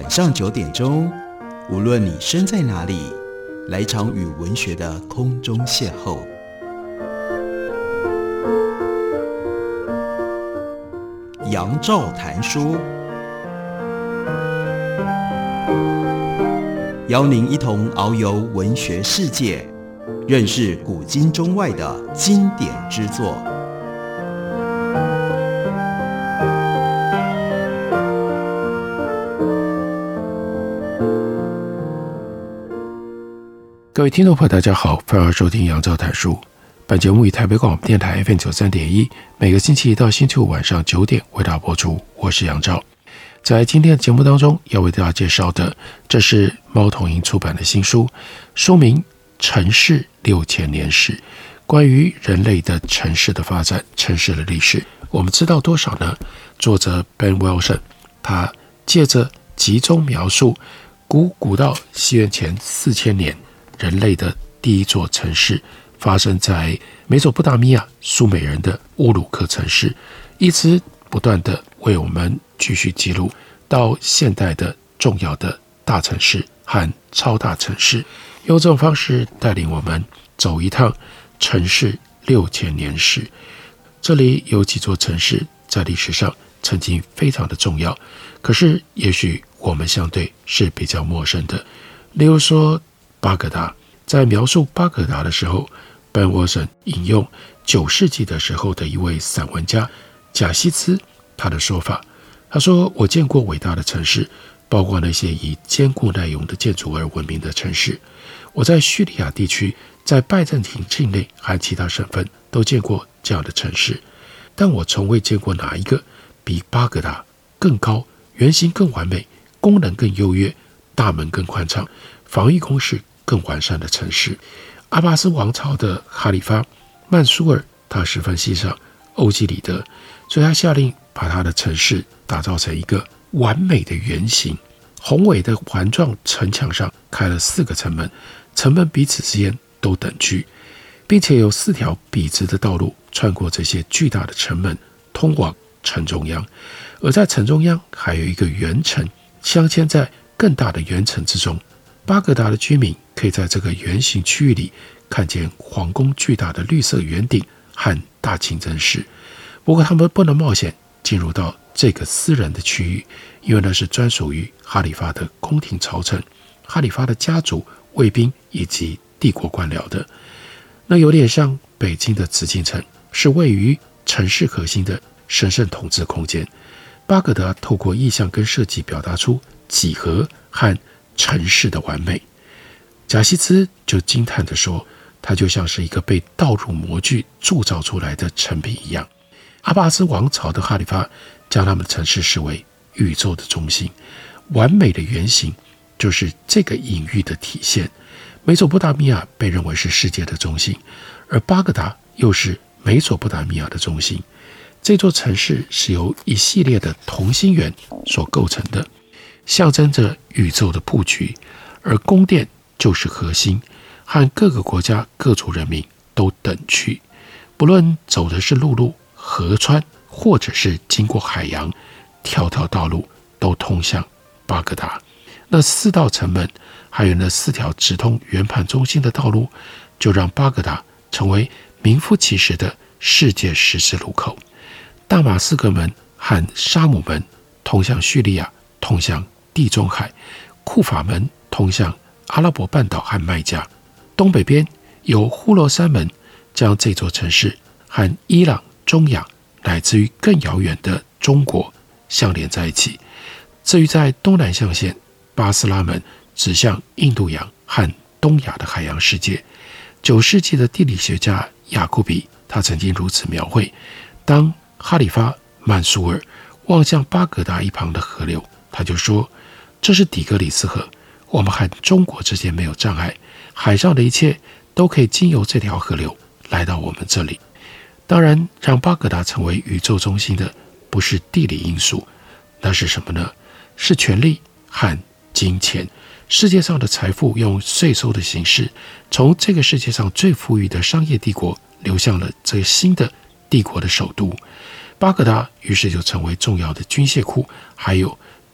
晚上9点钟，无论你身在哪里，来场与文学的空中邂逅。杨照谈书，邀您一同遨游文学世界，认识古今中外的经典之作。 各位听众朋友大家好，欢迎收听杨照谈书。本节目以台北广播电台 FM 93.1每个星期一到星期五晚上9点为大家播出，我是杨照。在今天的节目当中要为大家介绍的，这是猫头鹰出版的新书，书名《城市6000年史》，关于人类的城市的发展，城市的历史，我们知道多少呢？作者 Ben Wilson 他借着集中描述古到西元前4000年人类的第一座城市发生在美索不达米亚苏美人的乌鲁克城市，一直不断的为我们继续记录到现代的重要的大城市和超大城市，用这种方式带领我们走一趟城市6000年史。这里有几座城市在历史上曾经非常的重要，可是也许我们相对是比较陌生的。例如说巴格达，在描述巴格达的时候， Ben Wilson 引用9世纪的时候的一位散文家贾西兹他的说法，他说，我见过伟大的城市，包括那些以坚固耐用的建筑而闻名的城市。我在叙利亚地区，在拜占庭境内和其他省份都见过这样的城市，但我从未见过哪一个比巴格达更高，原型更完美，功能更优越，大门更宽敞，防御工事更完善的城市。阿巴斯王朝的哈里发曼苏尔他十分欣赏欧几里得，所以他下令把他的城市打造成一个完美的圆形，宏伟的环状城墙上开了4个城门，城门彼此之间都等距，并且有4条笔直的道路穿过这些巨大的城门，通往城中央。而在城中央还有一个圆城，镶嵌在更大的圆城之中。巴格达的居民可以在这个圆形区域里看见皇宫巨大的绿色圆顶和大清真寺，不过他们不能冒险进入到这个私人的区域，因为那是专属于哈里发的宫廷朝臣、哈里发的家族、卫兵以及帝国官僚的。那有点像北京的紫禁城，是位于城市核心的神圣统治空间。巴格达透过意象跟设计表达出几何和城市的完美。贾西兹就惊叹地说，它就像是一个被倒入模具铸造出来的成品一样。阿巴斯王朝的哈里发将他们的城市视为宇宙的中心，完美的原型就是这个隐喻的体现。美索不达米亚被认为是世界的中心，而巴格达又是美索不达米亚的中心。这座城市是由一系列的同心圆所构成的，象征着宇宙的布局，而宫殿就是核心，和各个国家各族人民都等距，不论走的是陆路、河川，或者是经过海洋，条条道路都通向巴格达。那4道城门，还有那4条直通圆盘中心的道路，就让巴格达成为名副其实的世界十字路口。大马士革门和沙姆门通向叙利亚，通向地中海；库法门通向阿拉伯半岛和麦加。东北边有呼罗珊门，将这座城市和伊朗、中亚乃至于更遥远的中国相连在一起。至于在东南象限，巴斯拉门指向印度洋和东亚的海洋世界。9世纪的地理学家雅库比他曾经如此描绘，当哈里发曼苏尔望向巴格达一旁的河流，他就说，这是底格里斯河，我们和中国之间没有障碍，海上的一切都可以经由这条河流来到我们这里。当然，让巴格达成为宇宙中心的不是地理因素，那是什么呢？是权力和金钱。世界上的财富用税收的形式，从这个世界上最富裕的商业帝国流向了这个新的帝国的首都。巴格达于是就成为重要的军械库，还有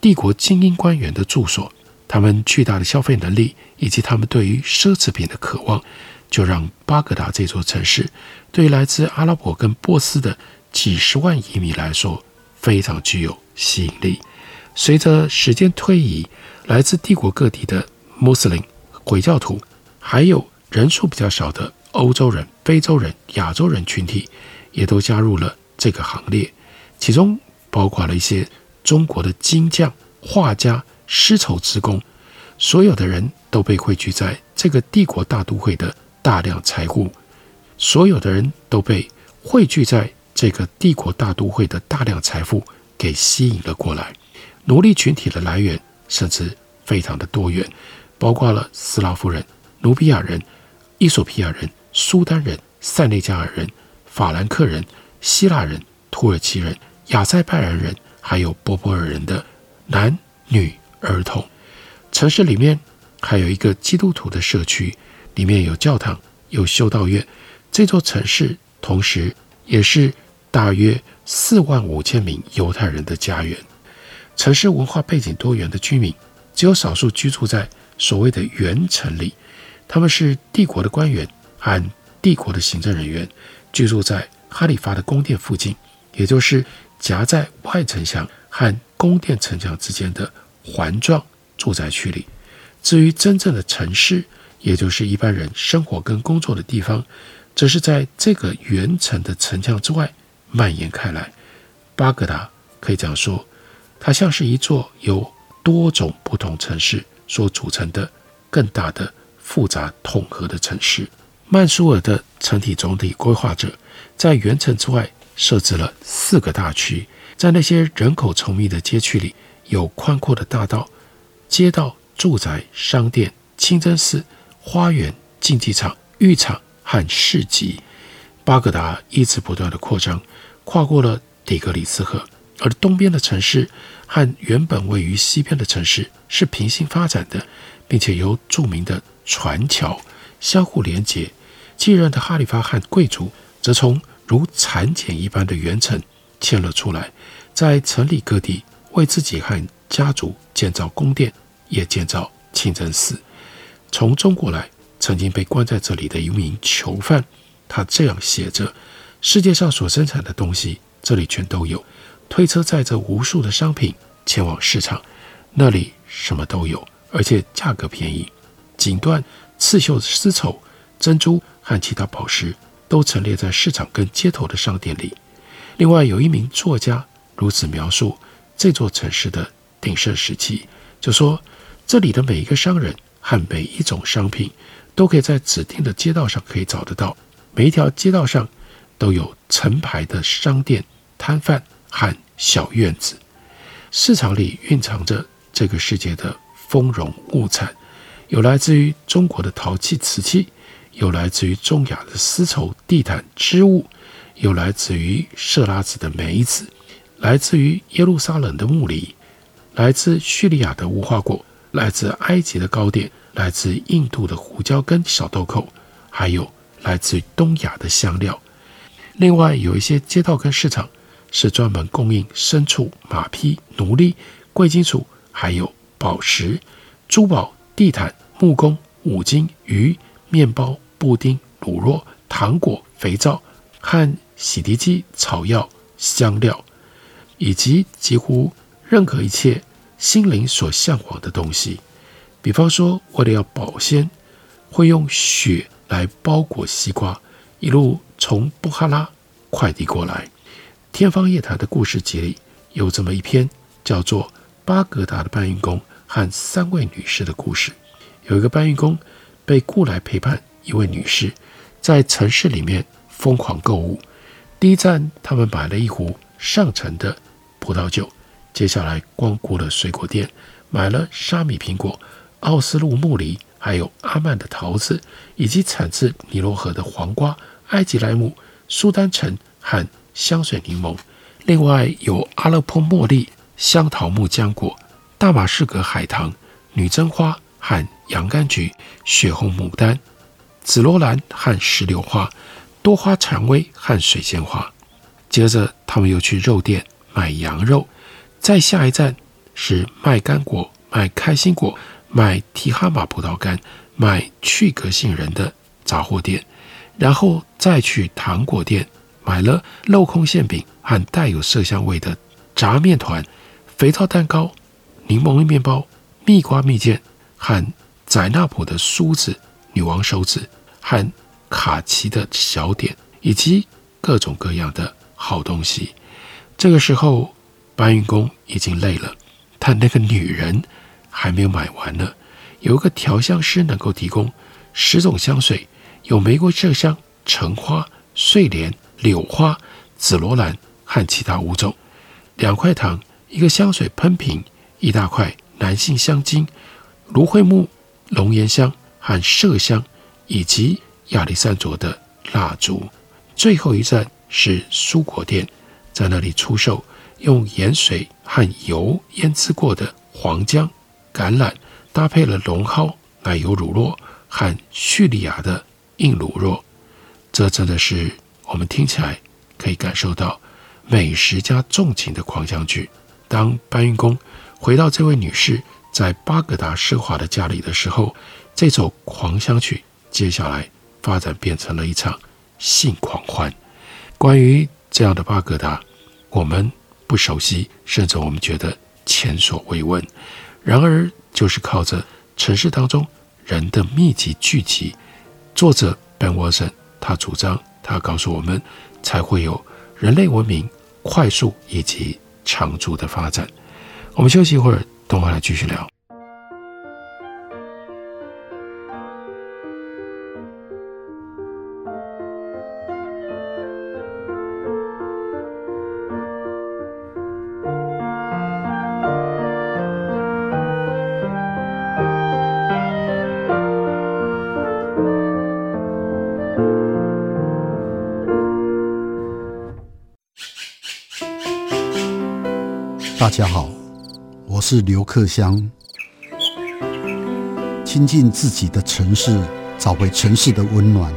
帝国精英官员的住所。他们巨大的消费能力以及他们对于奢侈品的渴望，就让巴格达这座城市对于来自阿拉伯跟波斯的几十万移民来说非常具有吸引力。随着时间推移，来自帝国各地的穆斯林、回教徒，还有人数比较少的欧洲人、非洲人、亚洲人群体，也都加入了这个行列，其中包括了一些中国的金匠、画家、丝绸之工，所有的人都被汇聚在这个帝国大都会的大量财富，所有的人都被汇聚在这个帝国大都会的大量财富给吸引了过来。奴隶群体的来源甚至非常的多元，包括了斯拉夫人、努比亚人、伊索比亚人、苏丹人、塞内加尔人、法兰克人、希腊人、土耳其人、亚塞拜然人，还有波波尔人的男女儿童。城市里面还有一个基督徒的社区，里面有教堂，有修道院。这座城市同时也是大约45000名犹太人的家园。城市文化背景多元的居民，只有少数居住在所谓的原城里，他们是帝国的官员和帝国的行政人员，居住在哈里发的宫殿附近，也就是夹在外城墙和宫殿城墙之间的环状住宅区里。至于真正的城市，也就是一般人生活跟工作的地方，则是在这个原城的城墙之外蔓延开来。巴格达可以这样说，它像是一座由多种不同城市所组成的更大的复杂统合的城市。曼苏尔的城体总体规划者在原城之外设置了4个大区，在那些人口稠密的街区里，有宽阔的大道、街道、住宅、商店、清真寺、花园、竞技场、浴场和市集。巴格达一直不断的扩张，跨过了底格里斯河，而东边的城市和原本位于西边的城市是平行发展的，并且由著名的船桥相互连接。继任的哈里发和贵族则从如蚕茧一般的原城迁了出来，在城里各地为自己和家族建造宫殿，也建造清真寺。从中国来，曾经被关在这里的一名囚犯，他这样写着：世界上所生产的东西，这里全都有。推车载着无数的商品前往市场，那里什么都有，而且价格便宜。锦缎、刺绣丝绸、珍珠和其他宝石都陈列在市场跟街头的商店里。另外有一名作家如此描述这座城市的鼎盛时期，就说这里的每一个商人和每一种商品都可以在指定的街道上可以找得到，每一条街道上都有成排的商店、摊贩和小院子。市场里蕴藏着这个世界的丰荣物产，有来自于中国的陶器、瓷器，有来自于中亚的丝绸、地毯、织物，有来自于设拉子的梅子，来自于耶路撒冷的木梨，来自叙利亚的无花果，来自埃及的糕点，来自印度的胡椒跟小豆蔻，还有来自于东亚的香料。另外有一些街道跟市场是专门供应牲畜、马匹、奴隶、贵金属，还有宝石、珠宝、地毯、木工、五金、鱼、面包、布丁、乳酪、糖果、肥皂和洗涤剂、草药、香料，以及几乎任何一切心灵所向往的东西。比方说，为了要保鲜，会用雪来包裹西瓜，一路从布哈拉快递过来。天方夜谭的故事集里有这么一篇叫做巴格达的搬运工和3位女士的故事。有一个搬运工被雇来陪伴一位女士在城市里面疯狂购物。第一站他们买了一壶上乘的葡萄酒，接下来光顾了水果店，买了沙米苹果、奥斯陆木梨，还有阿曼的桃子，以及产自尼罗河的黄瓜、埃及莱姆、苏丹橙和香水柠檬。另外有阿勒颇茉莉、香桃木浆果、大马士革海棠、女贞花和洋甘菊、血红牡丹、紫罗兰和石榴花、多花蔷薇和水仙花。接着他们又去肉店买羊肉，在下一站是卖干果、卖开心果、卖提哈马葡萄干、卖去革杏仁的杂货店，然后再去糖果店买了镂空馅饼和带有麝香味的炸面团、肥皂蛋糕、柠檬面包、蜜瓜蜜饯和宰纳普的梳子、女王手指和卡其的小点，以及各种各样的好东西。这个时候搬运工已经累了，但那个女人还没有买完呢。有一个调香师能够提供10种香水，有玫瑰麝香、橙花、睡莲、柳花、紫罗兰和其他5种。2块糖，一个香水喷瓶，一大块男性香精、芦荟木、龙涎香和麝香，以及亚历山卓的蜡烛。最后一站是蔬果店，在那里出售用盐水和油腌制过的黄姜、橄榄，搭配了龙蒿、奶油乳酪和叙利亚的硬乳酪。这真的是我们听起来可以感受到美食家重情的狂想曲。当搬运工回到这位女士在巴格达奢华的家里的时候，这首狂想曲接下来发展变成了一场性狂欢。关于这样的巴格达，我们不熟悉，甚至我们觉得前所未闻。然而就是靠着城市当中人的密集聚集，作者 Ben Wilson 他主张，他告诉我们，才会有人类文明快速以及长足的发展。我们休息一会儿，等会儿来继续聊。 大家好，我是刘克襄。亲近自己的城市，找回城市的温暖。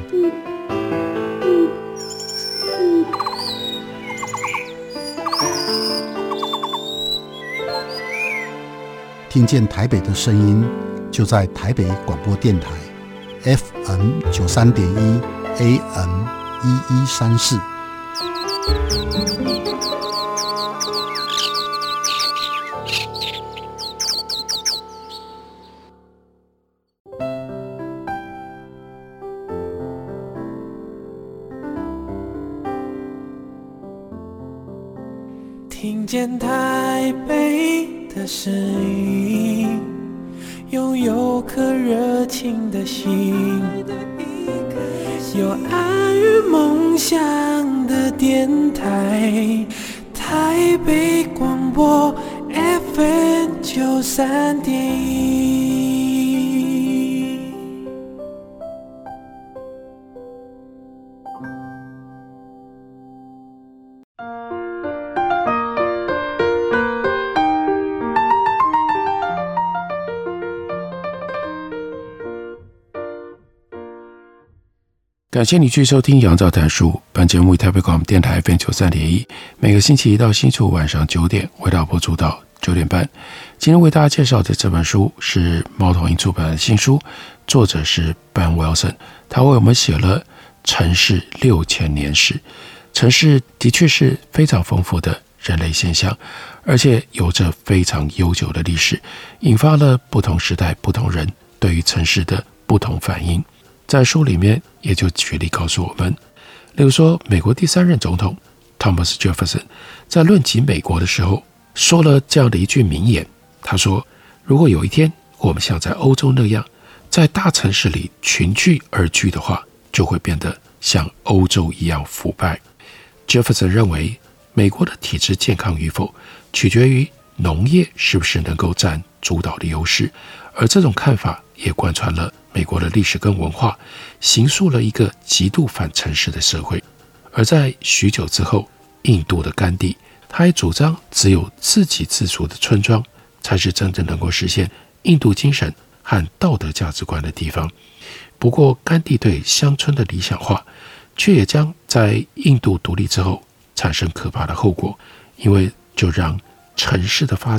听见台北的声音，就在台北广播电台 FM 93.1 AM 1134。 听见台北的声音，拥有颗热情的心，有爱与梦想的电台，台北广播 FM 93.1。 感谢你继续收听杨照谈书，本节目以台北广播电台 FM 93.1，每个星期一到星期五晚上9点为大家播出到9点半。今天为大家介绍的这本书是猫头鹰出版的新书，作者是 Ben Wilson， 他为我们写了城市6000年史。城市的确是非常丰富的人类现象，而且有着非常悠久的历史，引发了不同时代不同人对于城市的不同反应。在书里面也就举例告诉我们，例如说美国第3任总统 Thomas Jefferson 在论及美国的时候说了这样的一句名言，他说，如果有一天我们像在欧洲那样在大城市里群聚而居的话，就会变得像欧洲一样腐败。 Jefferson 认为美国的体制健康与否取决于农业是不是能够占主导的优势，而这种看法也贯穿了美国的历史跟文化，形塑了一个极度反城市的社会。而在许久之后，印度的甘地他也主张只有自给自足的村庄才是真正能够实现印度精神和道德价值观的地方。不过甘地对乡村的理想化却也将在印度独立之后产生可怕的后果，因为就让城市的发展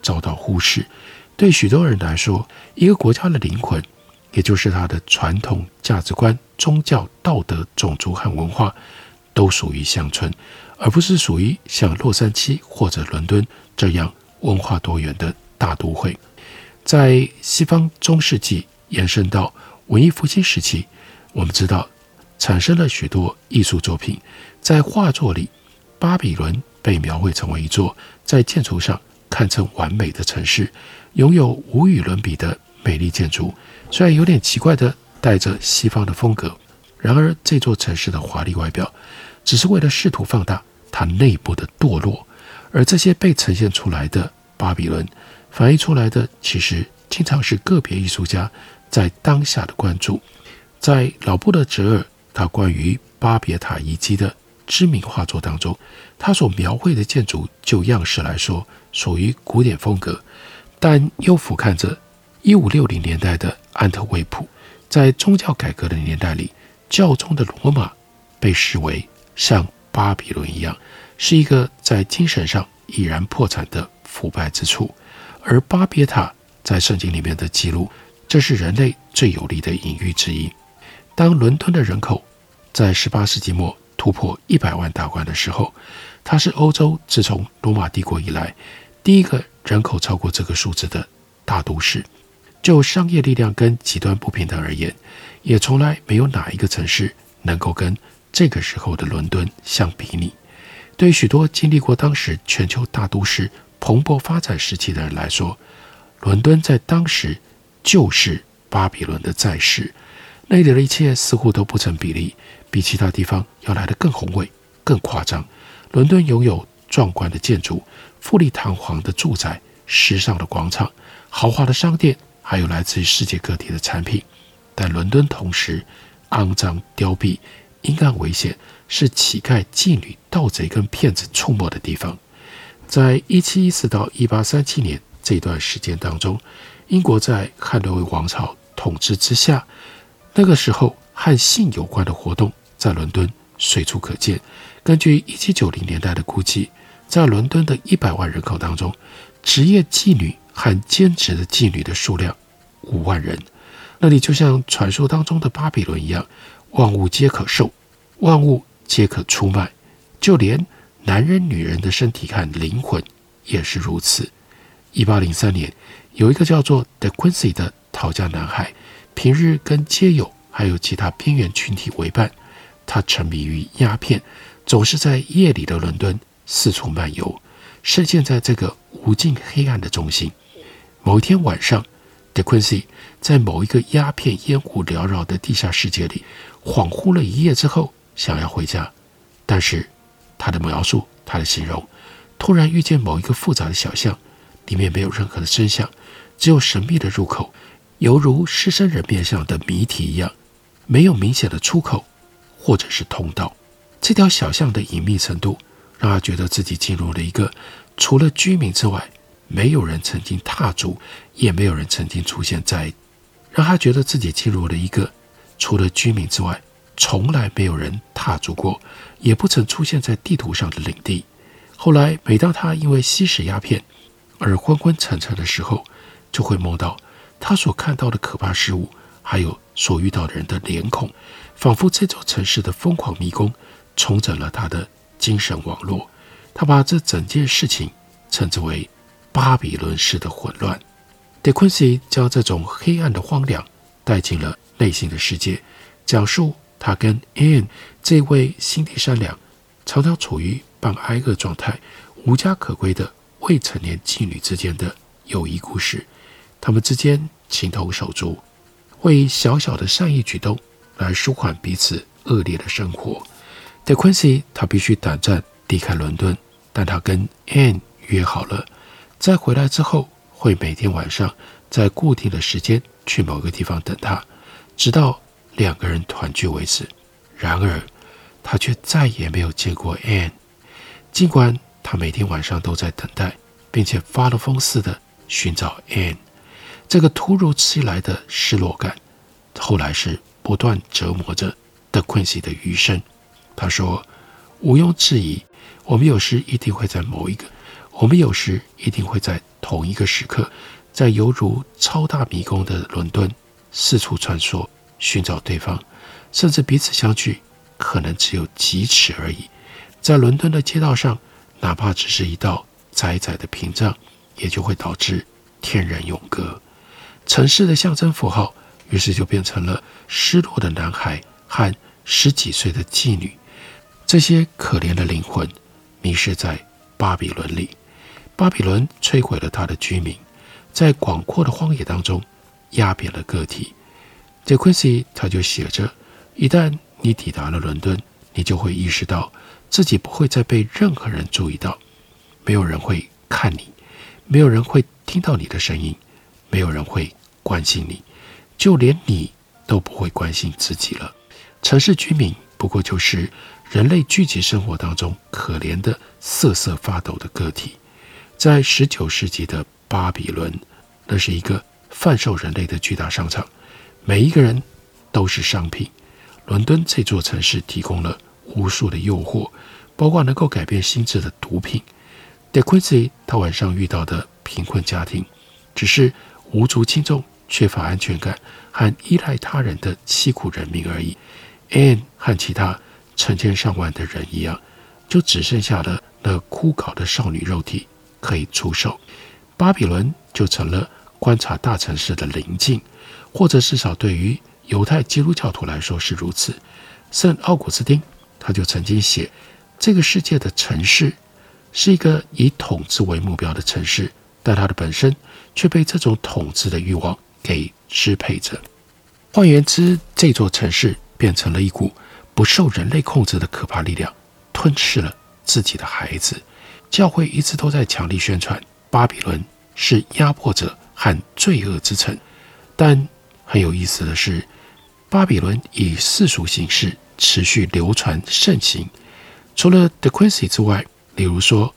遭到忽视。对许多人来说，一个国家的灵魂，也就是它的传统价值观、宗教、道德、种族和文化，都属于乡村，而不是属于像洛杉矶或者伦敦这样文化多元的大都会。在西方中世纪延伸到文艺复兴时期，我们知道产生了许多艺术作品。在画作里，巴比伦被描绘成为一座在建筑上堪称完美的城市，拥有无与伦比的美丽建筑。虽然有点奇怪的带着西方的风格，然而这座城市的华丽外表只是为了试图放大它内部的堕落，而这些被呈现出来的巴比伦反映出来的，其实经常是个别艺术家在当下的关注。在老布勒哲尔他关于巴别塔遗迹的知名画作当中，他所描绘的建筑就样式来说属于古典风格，但又俯瞰着1560年代的安特卫普。在宗教改革的年代里，教宗的罗马被视为像巴比伦一样，是一个在精神上已然破产的腐败之处。而巴别塔在圣经里面的记录，这是人类最有力的隐喻之一。当伦敦的人口在18世纪末突破100万大关的时候，它是欧洲自从罗马帝国以来第一个人口超过这个数字的大都市。就商业力量跟极端不平等而言，也从来没有哪一个城市能够跟这个时候的伦敦相比拟。对许多经历过当时全球大都市蓬勃发展时期的人来说，伦敦在当时就是巴比伦的再世，那里的一切似乎都不成比例，比其他地方要来得更宏伟、更夸张。伦敦拥有壮观的建筑、富丽堂皇的住宅、时尚的广场、豪华的商店，还有来自于世界各地的产品。但伦敦同时肮脏凋敝、阴暗危险，是乞丐、妓女、盗贼跟骗子出没的地方。在1714到1837年这段时间当中，英国在汉诺威王朝统治之下，那个时候和性有关的活动在伦敦随处可见。根据1790年代的估计，在伦敦的100万人口当中，职业妓女和兼职的妓女的数量5万人。那里就像传说当中的巴比伦一样，万物皆可售，万物皆可出卖，就连男人女人的身体和灵魂也是如此。1803年，有一个叫做 De Quincey 的逃家男孩，平日跟街友还有其他边缘群体为伴，他沉迷于鸦片，总是在夜里的伦敦四处漫游，深陷在这个无尽黑暗的中心。某一天晚上， De Quincey 在某一个鸦片烟雾缭绕的地下世界里恍惚了一夜之后，想要回家，但是他的描述，他的形容，突然遇见某一个复杂的小巷，里面没有任何的声响，只有神秘的入口，犹如狮身人面像的谜题一样，没有明显的出口或者是通道。这条小巷的隐秘程度，让他觉得自己进入了一个除了居民之外，没有人曾经踏足，也没有人曾经出现在，让他觉得自己进入了一个除了居民之外，从来没有人踏足过，也不曾出现在地图上的领地。后来每当他因为吸食鸦片而昏昏沉沉的时候，就会梦到他所看到的可怕事物，还有所遇到的人的脸孔，仿佛这座城市的疯狂迷宫重整了他的精神网络。他把这整件事情称之为巴比伦式的混乱。 De Quincey 将这种黑暗的荒凉带进了内心的世界，讲述他跟 Anne 这位心地善良、常常处于半挨饿状态、无家可归的未成年妓女之间的友谊故事。他们之间情同手足，会以小小的善意举动来舒缓彼此恶劣的生活。 De Quincey 他必须短暂离开伦敦，但他跟 Anne 约好了，在回来之后会每天晚上在固定的时间去某个地方等他，直到2个人团聚为止。然而他却再也没有见过 Anne， 尽管他每天晚上都在等待，并且发了疯似的寻找 Anne。 这个突如其来的失落感后来是不断折磨着 De Quincey 的余生。他说，毋庸置疑，我们有时一定会在某一个我们有时一定会在同一个时刻，在犹如超大迷宫的伦敦四处穿梭，寻找对方，甚至彼此相距可能只有几尺而已。在伦敦的街道上，哪怕只是一道窄窄的屏障，也就会导致天人永隔。城市的象征符号于是就变成了失落的男孩和10几岁的妓女，这些可怜的灵魂迷失在巴比伦里。巴比伦摧毁了他的居民，在广阔的荒野当中压扁了个体。De Quincey 他就写着，一旦你抵达了伦敦，你就会意识到自己不会再被任何人注意到，没有人会看你，没有人会听到你的声音，没有人会关心你，就连你都不会关心自己了。城市居民不过就是人类聚集生活当中可怜的瑟瑟发抖的个体。在19世纪的巴比伦，那是一个贩售人类的巨大商场，每一个人都是商品。伦敦这座城市提供了无数的诱惑，包括能够改变心智的毒品。De Quincey 他晚上遇到的贫困家庭，只是无足轻重、缺乏安全感和依赖他人的凄苦人民而已。Anne 和其他成千上万的人一样，就只剩下了那枯槁的少女肉体可以出售。巴比伦就成了观察大城市的邻近，或者至少对于犹太基督教徒来说是如此。圣奥古斯丁他就曾经写，这个世界的城市是一个以统治为目标的城市，但它的本身却被这种统治的欲望给支配着。换言之，这座城市变成了一股不受人类控制的可怕力量，吞噬了自己的孩子。教会一直都在强力宣传巴比伦是压迫者和罪恶之城，但很有意思的是，巴比伦以世俗形式持续流传盛行。除了 De Quincey 之外，例如说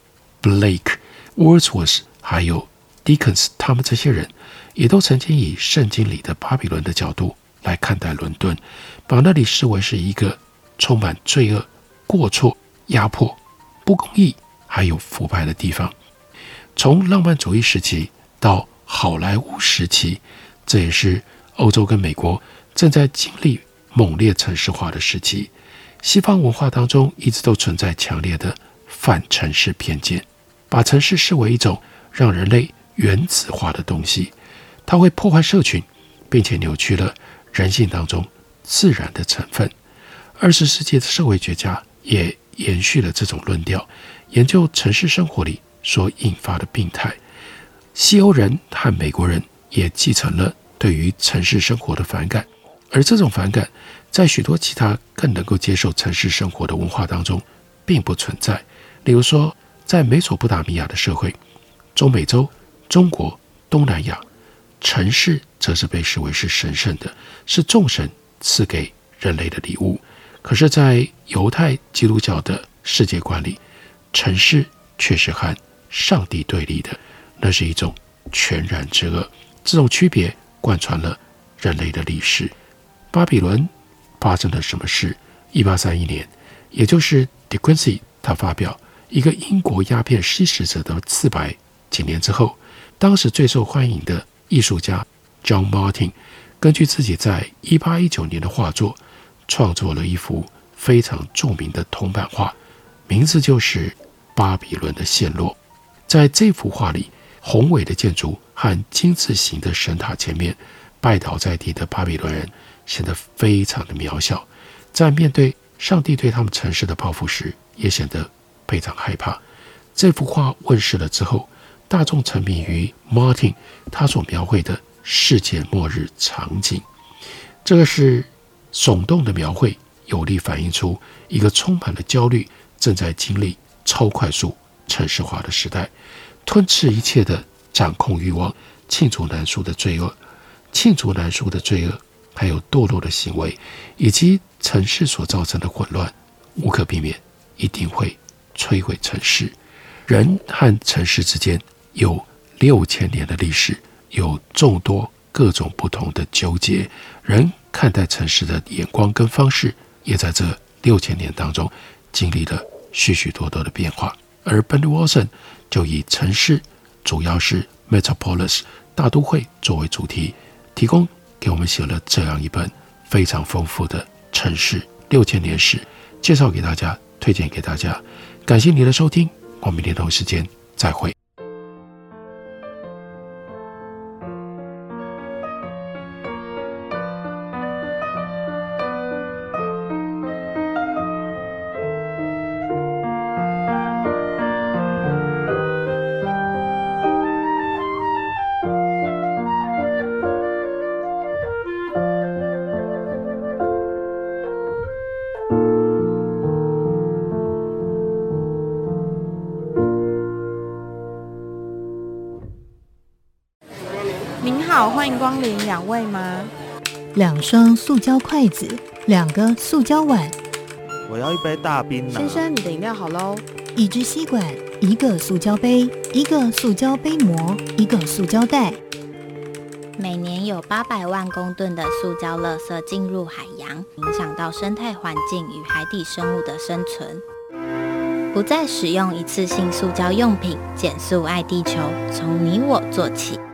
Blake、Wordsworth 还有 Dickens， 他们这些人也都曾经以圣经里的巴比伦的角度来看待伦敦，把那里视为是一个充满罪恶、过错、压迫、不公义还有腐败的地方。从浪漫主义时期到好莱坞时期，这也是欧洲跟美国正在经历猛烈城市化的时期。西方文化当中一直都存在强烈的反城市偏见，把城市视为一种让人类原子化的东西，它会破坏社群，并且扭曲了人性当中自然的成分。20世纪的社会学家也延续了这种论调，研究城市生活里所引发的病态。西欧人和美国人也继承了对于城市生活的反感，而这种反感在许多其他更能够接受城市生活的文化当中并不存在。例如说，在美索不达米亚的社会、中美洲、中国、东南亚，城市则是被视为是神圣的，是众神赐给人类的礼物。可是在犹太基督教的世界观里，城市却是和上帝对立的，那是一种全然之恶。这种区别贯穿了人类的历史。巴比伦发生了什么事？1831年，也就是 De Quincey 他发表一个英国鸦片吸食者的自白几年之后，当时最受欢迎的艺术家 John Martin 根据自己在1819年的画作创作了一幅非常著名的铜版画，名字就是《巴比伦的陷落》。在这幅画里，宏伟的建筑和金字形的神塔前面，拜倒在地的巴比伦人显得非常的渺小，在面对上帝对他们城市的报复时，也显得非常害怕。这幅画问世了之后，大众沉迷于 Martin 他所描绘的世界末日场景。这个是耸动的描绘，有力反映出一个充满了焦虑、正在经历超快速城市化的时代，吞噬一切的掌控欲望，罄竹难书的罪恶，还有堕落的行为，以及城市所造成的混乱，无可避免，一定会摧毁城市。人和城市之间有6000年的历史，有众多各种不同的纠结，人看待城市的眼光跟方式，也在这6000年当中经历了许许多多的变化。 而 Benny Wilson 就以城市，主要是 Metropolis 大都会作为主题，提供给我们写了这样一本非常丰富的城市6000年史，介绍给大家，推荐给大家。感谢你的收听，我们明天同一时间再会。 您好，欢迎光临，2位吗 ？2双塑胶筷子，2个塑胶碗。 我要一杯大冰拿。 先生，你的饮料好喽。 1支吸管，1个塑胶杯，1个塑胶杯膜，1个塑胶袋。 每年有800万公吨的塑胶垃圾进入海洋，影响到生态环境与海底生物的生存。不再使用一次性塑胶用品，减速爱地球，从你我做起。